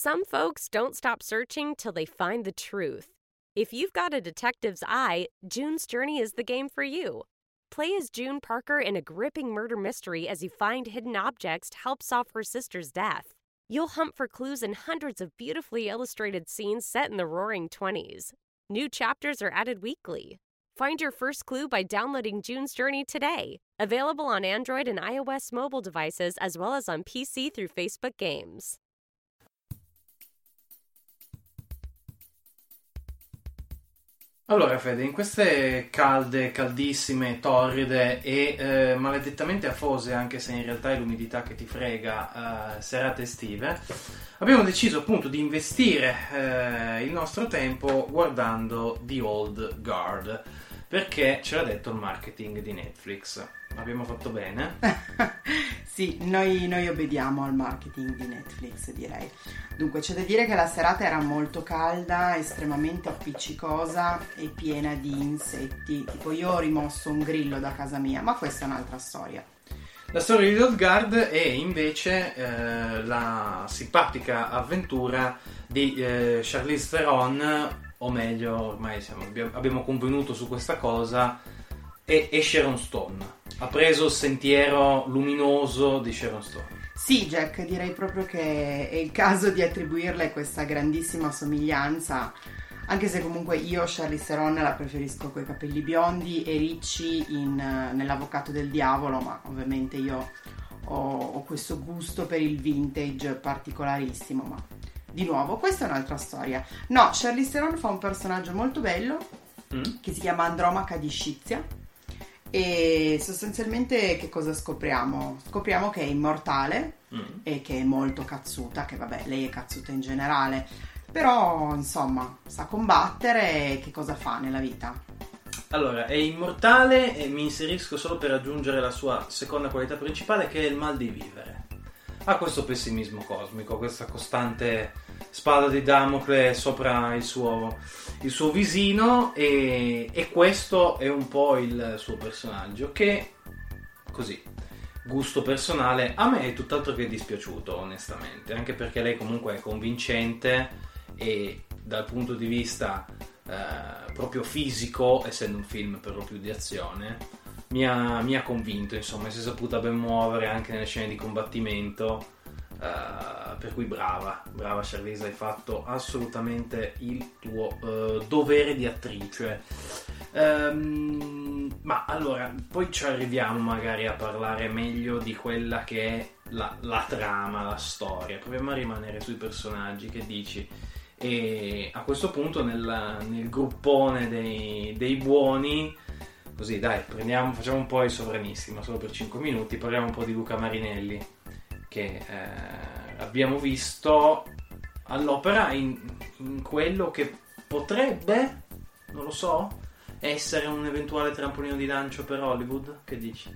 Some folks don't stop searching till they find the truth. If you've got a detective's eye, June's Journey is the game for you. Play as June Parker in a gripping murder mystery as you find hidden objects to help solve her sister's death. You'll hunt for clues in hundreds of beautifully illustrated scenes set in the Roaring '20s. New chapters are added weekly. Find your first clue by downloading June's Journey today. Available on Android and iOS mobile devices as well as on PC through Facebook Games. Allora Fede, in queste caldissime, torride e maledettamente afose, anche se in realtà è l'umidità che ti frega, serate estive, abbiamo deciso appunto di investire il nostro tempo guardando The Old Guard, perché ce l'ha detto il marketing di Netflix. Abbiamo fatto bene? Sì, noi obbediamo al marketing di Netflix, direi. Dunque, c'è da dire che la serata era molto calda, estremamente appiccicosa e piena di insetti. Tipo, io ho rimosso un grillo da casa mia, ma questa è un'altra storia. La storia di The Old Guard è invece la simpatica avventura di Charlize Theron, o meglio, ormai abbiamo convenuto su questa cosa, e Sharon Stone. Ha preso il sentiero luminoso di Sharon Stone. Sì, Jack, direi proprio che è il caso di attribuirle questa grandissima somiglianza, anche se comunque io Charlize Theron la preferisco coi capelli biondi e ricci nell'Avvocato del Diavolo, ma ovviamente io ho questo gusto per il vintage particolarissimo, ma di nuovo questa è un'altra storia. No, Charlize Theron fa un personaggio molto bello che si chiama Andromaca di Scizia. E sostanzialmente che cosa scopriamo? Scopriamo che è immortale e che è molto cazzuta, che vabbè, lei è cazzuta in generale, però insomma sa combattere. E che cosa fa nella vita? Allora, è immortale e mi inserisco solo per aggiungere la sua seconda qualità principale, che è il mal di vivere. Ha questo pessimismo cosmico, questa costante spada di Damocle sopra il suo visino, e questo è un po' il suo personaggio, che così, gusto personale, a me è tutt'altro che dispiaciuto onestamente, anche perché lei comunque è convincente e dal punto di vista proprio fisico, essendo un film per lo più di azione, mi ha convinto, insomma, si è saputa ben muovere anche nelle scene di combattimento, per cui brava Charlize, hai fatto assolutamente il tuo dovere di attrice. Ma allora, poi ci arriviamo magari a parlare meglio di quella che è la trama, la storia. Proviamo a rimanere sui personaggi, che dici? E a questo punto nel gruppone dei buoni, così dai, facciamo un po' i sovranisti, ma solo per 5 minuti, parliamo un po' di Luca Marinelli, che abbiamo visto all'opera in quello che potrebbe, non lo so, essere un eventuale trampolino di lancio per Hollywood. Che dici?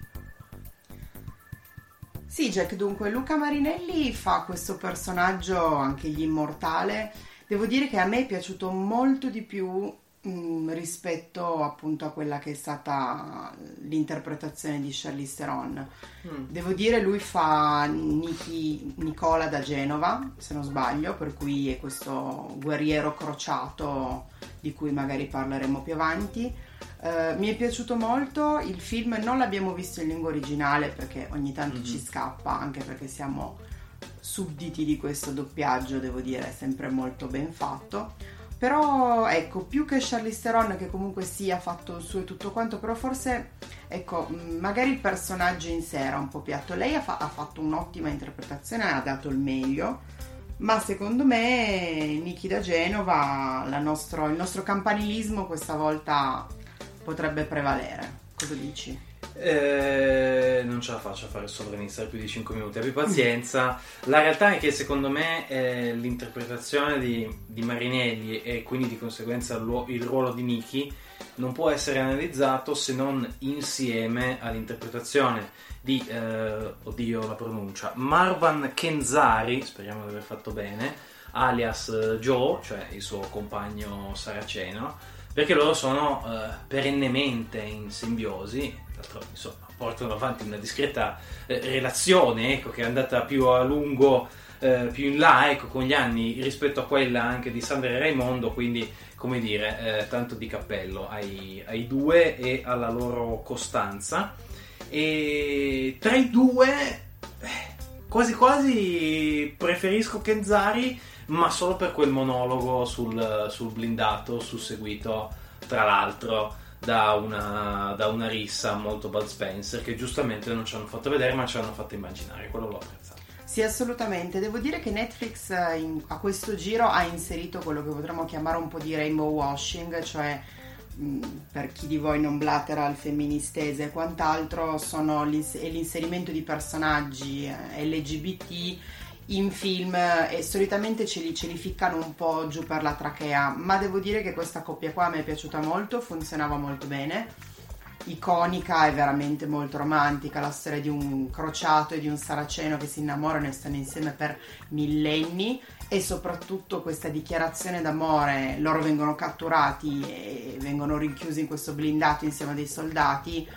Sì, Jack, dunque Luca Marinelli fa questo personaggio, anche gli immortale. Devo dire che a me è piaciuto molto di più rispetto appunto a quella che è stata l'interpretazione di Charlize Theron. Devo dire, lui fa Nicola da Genova, se non sbaglio, per cui è questo guerriero crociato di cui magari parleremo più avanti. Mi è piaciuto molto il film, non l'abbiamo visto in lingua originale perché ogni tanto ci scappa, anche perché siamo sudditi di questo doppiaggio, devo dire, è sempre molto ben fatto. Però ecco, più che Charlize Theron, che comunque sì, ha fatto il suo e tutto quanto, però forse ecco, magari il personaggio in sé era un po' piatto. Lei ha fatto un'ottima interpretazione, ha dato il meglio, ma secondo me Niki da Genova, il nostro campanilismo questa volta potrebbe prevalere. Cosa dici? Non ce la faccio a fare il sovranista per più di 5 minuti, abbi pazienza. La realtà è che secondo me l'interpretazione di Marinelli, e quindi di conseguenza il ruolo di Niki, non può essere analizzato se non insieme all'interpretazione di oddio la pronuncia, Marwan Kenzari, speriamo di aver fatto bene, alias Joe, cioè il suo compagno saraceno, perché loro sono perennemente in simbiosi. Insomma, portano avanti una discreta relazione, ecco, che è andata più a lungo più in là, ecco, con gli anni rispetto a quella anche di Sandra e Raimondo, quindi come dire, tanto di cappello ai due e alla loro costanza. E tra i due quasi quasi preferisco Kenzari, ma solo per quel monologo sul blindato, susseguito tra l'altro da una rissa molto Bud Spencer, che giustamente non ci hanno fatto vedere ma ci hanno fatto immaginare. Quello l'ho apprezzato. Sì, assolutamente. Devo dire che Netflix a questo giro ha inserito quello che potremmo chiamare un po' di rainbow washing, cioè per chi di voi non blatera il femministese e quant'altro, sono l'inserimento di personaggi LGBT in film, e solitamente ce li ficcano un po' giù per la trachea, ma devo dire che questa coppia qua mi è piaciuta molto, funzionava molto bene, iconica e veramente molto romantica, la storia di un crociato e di un saraceno che si innamorano e stanno insieme per millenni, e soprattutto questa dichiarazione d'amore. Loro vengono catturati e vengono rinchiusi in questo blindato insieme a dei soldati,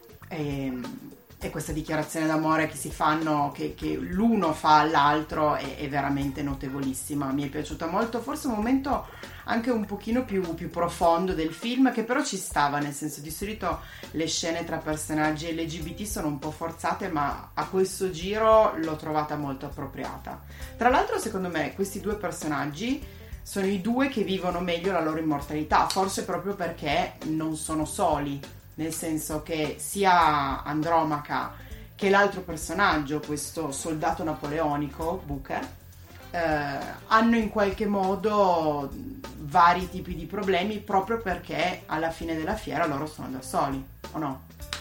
e questa dichiarazione d'amore che si fanno, che l'uno fa all'altro, è veramente notevolissima. Mi è piaciuta molto, forse un momento anche un pochino più profondo del film, che però ci stava, nel senso, di solito le scene tra personaggi LGBT sono un po' forzate, ma a questo giro l'ho trovata molto appropriata. Tra l'altro, secondo me questi due personaggi sono i due che vivono meglio la loro immortalità, forse proprio perché non sono soli, nel senso che sia Andromaca che l'altro personaggio, questo soldato napoleonico, Booker, hanno in qualche modo vari tipi di problemi, proprio perché alla fine della fiera loro sono da soli, o no?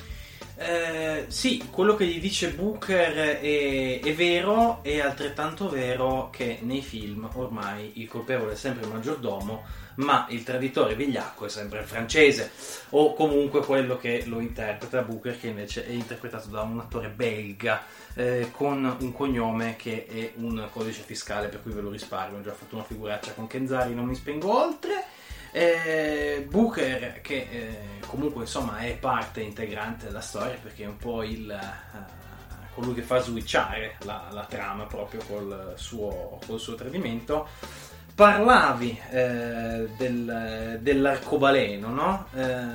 Sì, quello che gli dice Booker è vero, è altrettanto vero che nei film ormai il colpevole è sempre il maggiordomo, ma il traditore vigliacco è sempre il francese, o comunque quello che lo interpreta Booker, che invece è interpretato da un attore belga con un cognome che è un codice fiscale, per cui ve lo risparmio. Ho già fatto una figuraccia con Kenzari, non mi spengo oltre. Booker, che comunque insomma è parte integrante della storia, perché è un po' colui che fa switchare la trama proprio col suo tradimento. Parlavi dell'arcobaleno, no?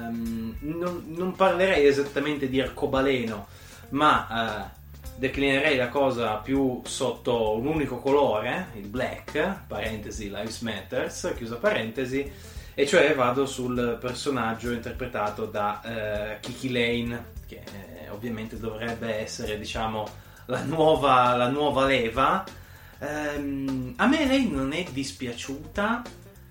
Non parlerei esattamente di arcobaleno, ma declinerei la cosa più sotto un unico colore, il black, parentesi, Lives Matters, chiusa parentesi, e cioè vado sul personaggio interpretato da Kiki Lane, che ovviamente dovrebbe essere, diciamo, la nuova leva. A me lei non è dispiaciuta,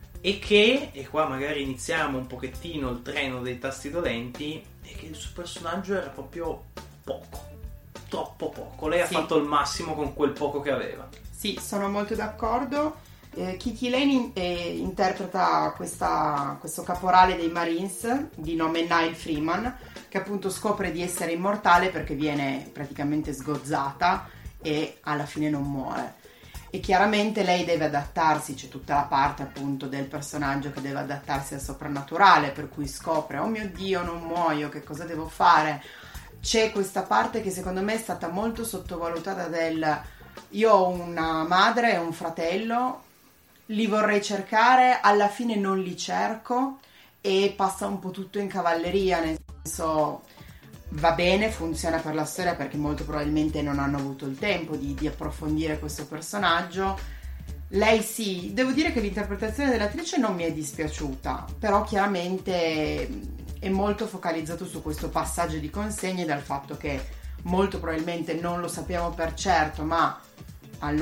e qua magari iniziamo un pochettino il treno dei tasti dolenti, è che il suo personaggio era proprio poco, troppo poco. Lei ha fatto il massimo con quel poco che aveva. Sì, sono molto d'accordo. Kiki Lane interpreta questo caporale dei Marines di nome Nile Freeman, che appunto scopre di essere immortale perché viene praticamente sgozzata e alla fine non muore. E chiaramente lei deve adattarsi, c'è tutta la parte appunto del personaggio che deve adattarsi al soprannaturale, per cui scopre: oh mio Dio, non muoio, che cosa devo fare? C'è questa parte che secondo me è stata molto sottovalutata io ho una madre e un fratello, li vorrei cercare, alla fine non li cerco, e passa un po' tutto in cavalleria, nel senso, va bene, funziona per la storia perché molto probabilmente non hanno avuto il tempo di approfondire questo personaggio. Lei sì, devo dire che l'interpretazione dell'attrice non mi è dispiaciuta, però chiaramente è molto focalizzato su questo passaggio di consegne, dal fatto che molto probabilmente non lo sappiamo per certo, ma al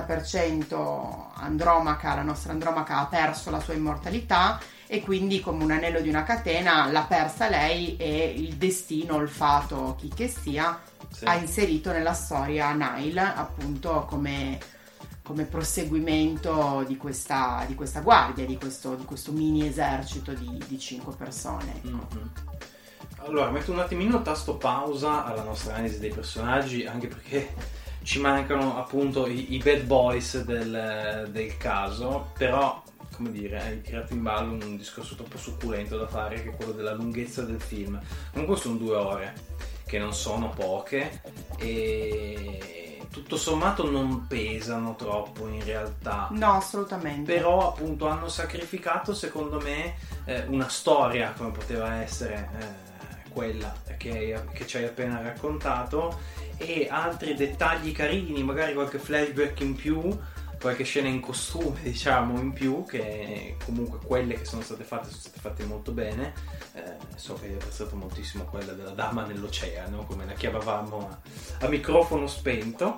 90% Andromaca, la nostra Andromaca, ha perso la sua immortalità, e quindi come un anello di una catena l'ha persa lei, e il destino, il fato, chi che sia, sì, ha inserito nella storia Nile appunto come proseguimento di questa guardia, di questo mini esercito di 5 persone. Mm-hmm. Allora, metto un attimino tasto pausa alla nostra analisi dei personaggi, anche perché ci mancano appunto i bad boys del caso, però, come dire, hai tirato in ballo un discorso troppo succulento da fare, che è quello della lunghezza del film. Comunque sono 2 ore, che non sono poche, tutto sommato non pesano troppo in realtà. No, assolutamente. Però appunto hanno sacrificato, secondo me, una storia come poteva essere quella che ci hai appena raccontato, e altri dettagli carini, magari qualche flashback in più, qualche scena in costume, diciamo, in più, che comunque quelle che sono state fatte molto bene. So che hai apprezzato moltissimo quella della dama nell'oceano, come la chiamavamo a microfono spento.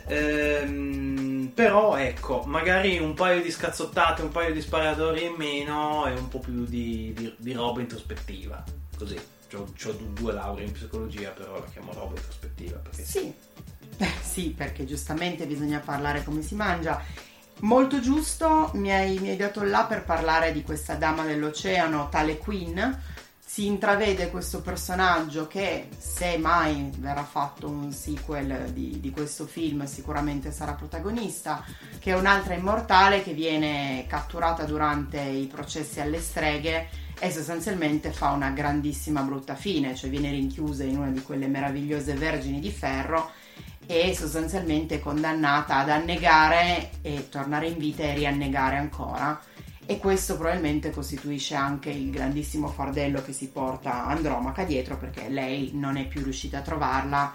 Però ecco, magari un paio di scazzottate, un paio di sparatori in meno e un po' più di roba introspettiva, così. C'ho 2 lauree in psicologia, però la chiamo roba introspettiva perché sì. Sì, perché giustamente bisogna parlare come si mangia. Molto giusto, mi hai dato là per parlare di questa dama dell'oceano, tale Queen. Si intravede questo personaggio che, se mai verrà fatto un sequel di questo film, sicuramente sarà protagonista, che è un'altra immortale che viene catturata durante i processi alle streghe e sostanzialmente fa una grandissima brutta fine, cioè viene rinchiusa in una di quelle meravigliose vergini di ferro e sostanzialmente condannata ad annegare e tornare in vita e riannegare ancora. E questo probabilmente costituisce anche il grandissimo fardello che si porta Andromaca dietro, perché lei non è più riuscita a trovarla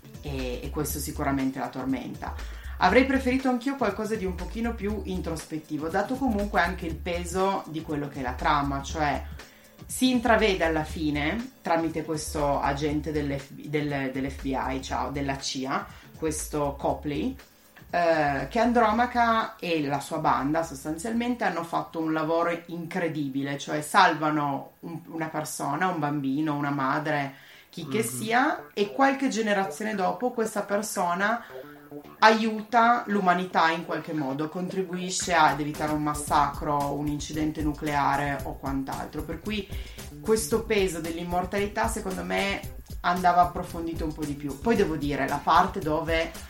e questo sicuramente la tormenta. Avrei preferito anch'io qualcosa di un pochino più introspettivo, dato comunque anche il peso di quello che è la trama, cioè si intravede alla fine, tramite questo agente dell'FBI, della CIA, questo Copley, che Andromaca e la sua banda sostanzialmente hanno fatto un lavoro incredibile, cioè salvano una persona, un bambino, una madre, chi che sia, e qualche generazione dopo questa persona aiuta l'umanità in qualche modo, contribuisce ad evitare un massacro, un incidente nucleare o quant'altro, per cui questo peso dell'immortalità secondo me andava approfondito un po' di più. Poi devo dire, la parte dove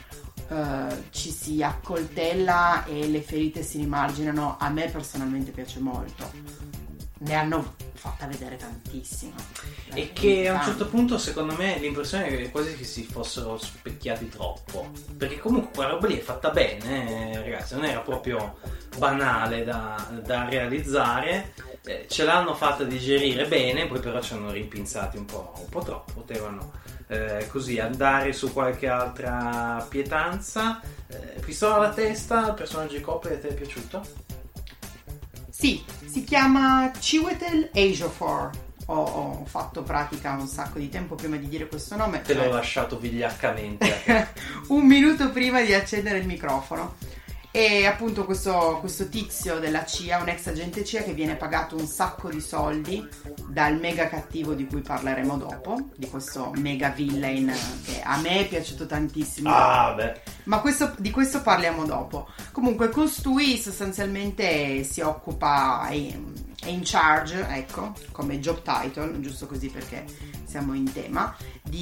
ci si accoltella e le ferite si rimarginano, a me personalmente piace molto. Ne hanno fatta vedere tantissimo. E che a un certo punto, secondo me, l'impressione è quasi che si fossero specchiati troppo. Perché comunque quella roba lì è fatta bene, ragazzi, non era proprio banale da realizzare. Ce l'hanno fatta digerire bene, poi però ci hanno rimpinzati un po' troppo. Potevano così andare su qualche altra pietanza. Pistola alla testa, il personaggio di Copley, a te è piaciuto? Sì, si chiama Chiwetel Ejiofor. Ho fatto pratica un sacco di tempo prima di dire questo nome. Te l'ho lasciato vigliaccamente. Un minuto prima di accendere il microfono. E appunto questo tizio della CIA, un ex agente CIA che viene pagato un sacco di soldi dal mega cattivo di cui parleremo dopo, di questo mega villain che a me è piaciuto tantissimo. Ma di questo parliamo dopo. Comunque costui sostanzialmente si occupa, è in charge, ecco, come job title, giusto così perché siamo in tema,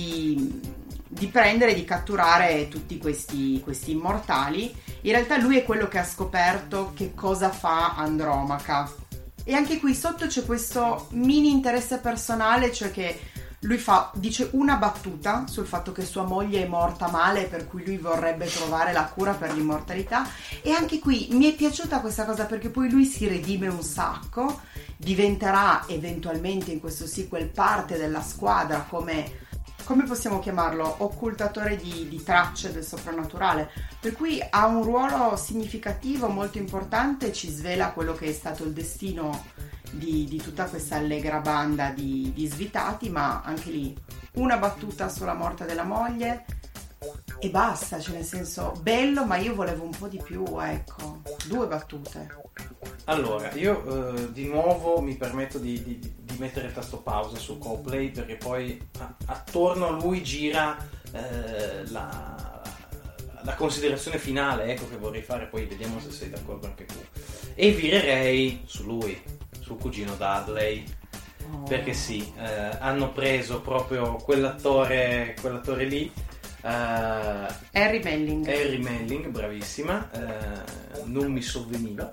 di prendere, di catturare tutti questi immortali. In realtà lui è quello che ha scoperto che cosa fa Andromaca, e anche qui sotto c'è questo mini interesse personale, cioè che lui dice una battuta sul fatto che sua moglie è morta male, per cui lui vorrebbe trovare la cura per l'immortalità. E anche qui mi è piaciuta questa cosa, perché poi lui si redime un sacco, diventerà eventualmente in questo sequel parte della squadra come possiamo chiamarlo? Occultatore di tracce del soprannaturale, per cui ha un ruolo significativo, molto importante, ci svela quello che è stato il destino di tutta questa allegra banda di svitati, ma anche lì una battuta sulla morte della moglie e basta, cioè nel senso, bello, ma io volevo un po' di più, ecco, 2 battute. Allora, io di nuovo mi permetto di mettere il tasto pausa su Copley, perché poi attorno a lui gira la considerazione finale, ecco, che vorrei fare, poi vediamo se sei d'accordo anche tu. E virerei su lui, sul cugino Dudley, perché sì, hanno preso proprio quell'attore lì, Harry Melling, bravissima, non mi sovveniva,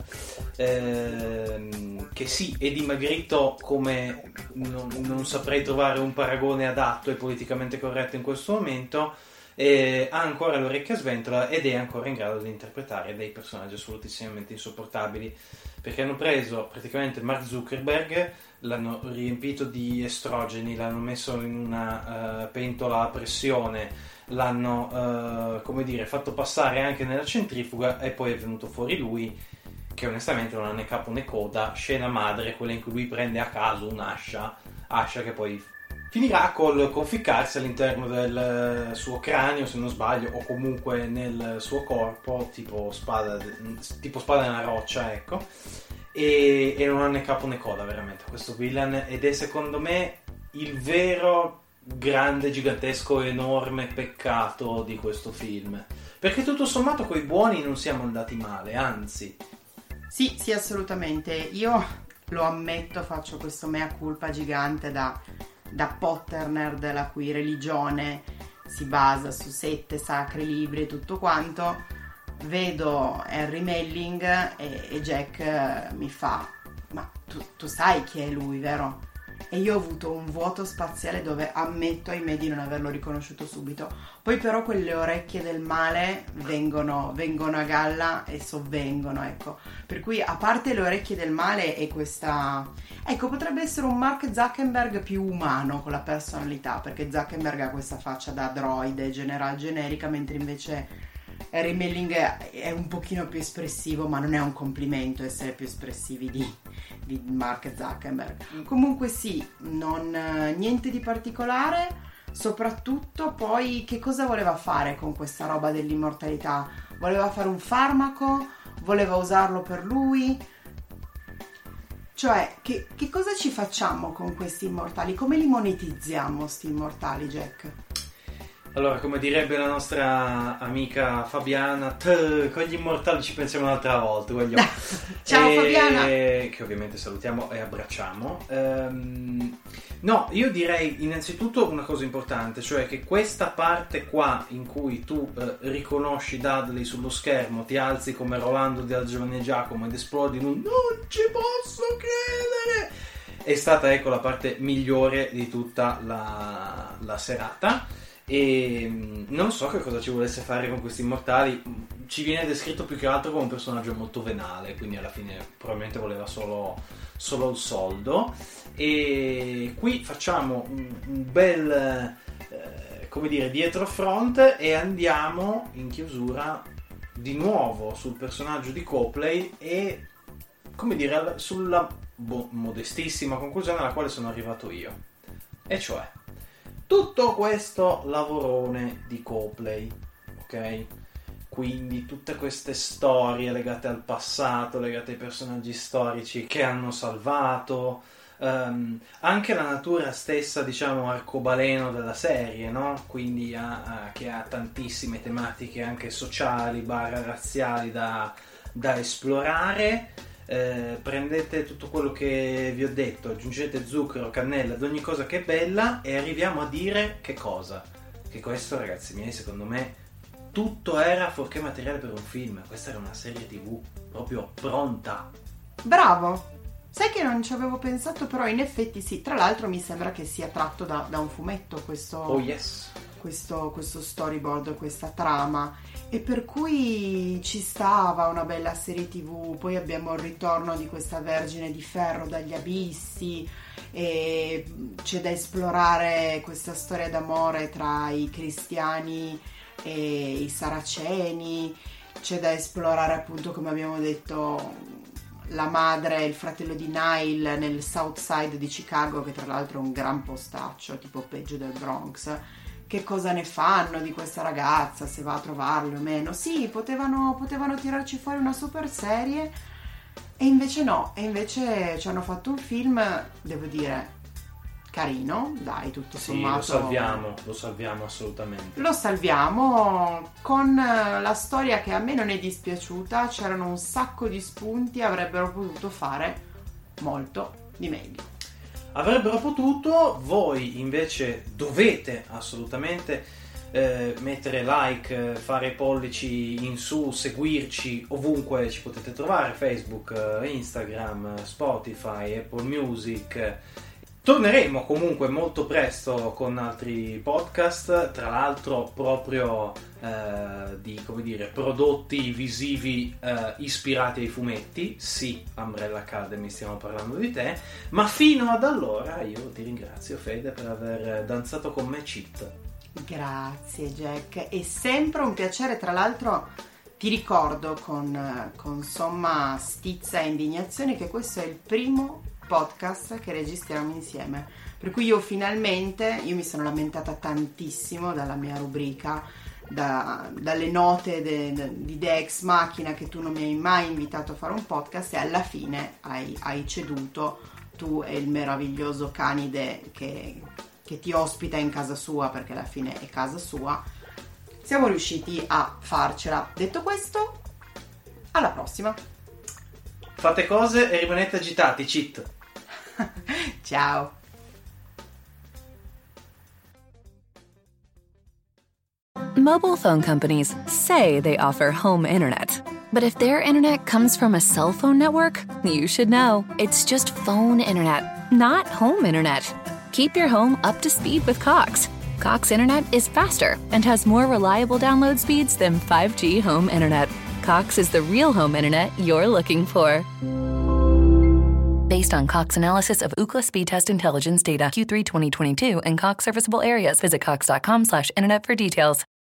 che sì, è dimagrito come non saprei trovare un paragone adatto e politicamente corretto in questo momento, e ha ancora l'orecchia a sventola ed è ancora in grado di interpretare dei personaggi assolutissimamente insopportabili, perché hanno preso praticamente Mark Zuckerberg, l'hanno riempito di estrogeni, l'hanno messo in una pentola a pressione, l'hanno fatto passare anche nella centrifuga e poi è venuto fuori lui che onestamente non ha né capo né coda. Scena madre, quella in cui lui prende a caso un'ascia che poi finirà col conficcarsi all'interno del suo cranio, se non sbaglio, o comunque nel suo corpo, tipo spada nella roccia, ecco. E non ha né capo né coda veramente questo villain, ed è secondo me il vero grande, gigantesco, enorme peccato di questo film, perché tutto sommato coi buoni non siamo andati male, anzi. Sì, assolutamente. Io lo ammetto, faccio questo mea culpa gigante da Potter nerd, la cui religione si basa su 7 sacri libri e tutto quanto. Vedo Henry Melling e Jack mi fa: ma tu sai chi è lui, vero? E io ho avuto un vuoto spaziale dove ammetto, ahimè, di non averlo riconosciuto subito. Poi però quelle orecchie del male vengono a galla e sovvengono, ecco. Per cui, a parte le orecchie del male e questa... Ecco, potrebbe essere un Mark Zuckerberg più umano con la personalità, perché Zuckerberg ha questa faccia da droide generica, mentre invece Henry Melling è un pochino più espressivo, ma non è un complimento essere più espressivi di Mark Zuckerberg. Comunque sì, niente di particolare. Soprattutto poi che cosa voleva fare con questa roba dell'immortalità? Voleva fare un farmaco? Voleva usarlo per lui? Cioè, che cosa ci facciamo con questi immortali? Come li monetizziamo sti immortali, Jack? Allora, come direbbe la nostra amica Fabiana, con gli immortali ci pensiamo un'altra volta, vogliamo. Ciao Fabiana! Che ovviamente salutiamo e abbracciamo. No, io direi innanzitutto una cosa importante, cioè che questa parte qua in cui tu riconosci Dudley sullo schermo, ti alzi come Rolando di Giovanni e Giacomo ed esplodi in un "non ci posso credere", è stata, ecco, la parte migliore di tutta la serata. E non so che cosa ci volesse fare con questi immortali. Ci viene descritto più che altro come un personaggio molto venale, quindi alla fine probabilmente voleva solo il soldo. E qui facciamo un bel dietro front e andiamo in chiusura di nuovo sul personaggio di Copley e sulla modestissima conclusione alla quale sono arrivato io, e cioè tutto questo lavorone di Copley, ok? Quindi tutte queste storie legate al passato, legate ai personaggi storici che hanno salvato, anche la natura stessa, diciamo, arcobaleno della serie, no? Quindi che ha tantissime tematiche anche sociali, razziali da esplorare. Prendete tutto quello che vi ho detto, aggiungete zucchero, cannella, ad ogni cosa che è bella, e arriviamo a dire che cosa? Che questo, ragazzi miei, secondo me tutto era fuorché materiale per un film. Questa era una serie TV proprio pronta. Bravo! Sai che non ci avevo pensato, però in effetti sì. Tra l'altro mi sembra che sia tratto da un fumetto questo... Oh yes! Questo storyboard, questa trama, e per cui ci stava una bella serie TV. Poi abbiamo il ritorno di questa Vergine di Ferro dagli abissi, e c'è da esplorare questa storia d'amore tra i cristiani e i saraceni, c'è da esplorare, appunto, come abbiamo detto, la madre e il fratello di Nile nel South Side di Chicago, che tra l'altro è un gran postaccio, tipo peggio del Bronx. Che cosa ne fanno di questa ragazza, se va a trovarlo o meno? Sì, potevano tirarci fuori una super serie, e invece no, e invece ci hanno fatto un film, devo dire, carino, dai, tutto sommato. Sì, lo salviamo assolutamente. Lo salviamo con la storia che a me non è dispiaciuta, c'erano un sacco di spunti, avrebbero potuto fare molto di meglio. Avrebbero potuto, voi invece dovete assolutamente mettere like, fare pollici in su, seguirci ovunque ci potete trovare: Facebook, Instagram, Spotify, Apple Music. Torneremo comunque molto presto con altri podcast, tra l'altro proprio di, come dire, prodotti visivi ispirati ai fumetti. Sì, Umbrella Academy, stiamo parlando di te, ma fino ad allora io ti ringrazio, Fede, per aver danzato con me Cheat. Grazie Jack, è sempre un piacere. Tra l'altro ti ricordo con somma stizza e indignazione che questo è il primo podcast che registriamo insieme, per cui io mi sono lamentata tantissimo dalla mia rubrica, dalle note di Idea Ex Machina, che tu non mi hai mai invitato a fare un podcast, e alla fine hai ceduto, tu e il meraviglioso Canide che ti ospita in casa sua, perché alla fine è casa sua. Siamo riusciti a farcela. Detto questo, alla prossima. Fate cose e rimanete agitati, Cheat. Ciao. Mobile phone companies say they offer home internet. But if their internet comes from a cell phone network, you should know. It's just phone internet, not home internet. Keep your home up to speed with Cox. Cox Internet is faster and has more reliable download speeds than 5G home internet. Cox is the real home internet you're looking for. Based on Cox analysis of Ookla speed test intelligence data Q3 2022 and Cox serviceable areas, visit cox.com/internet for details.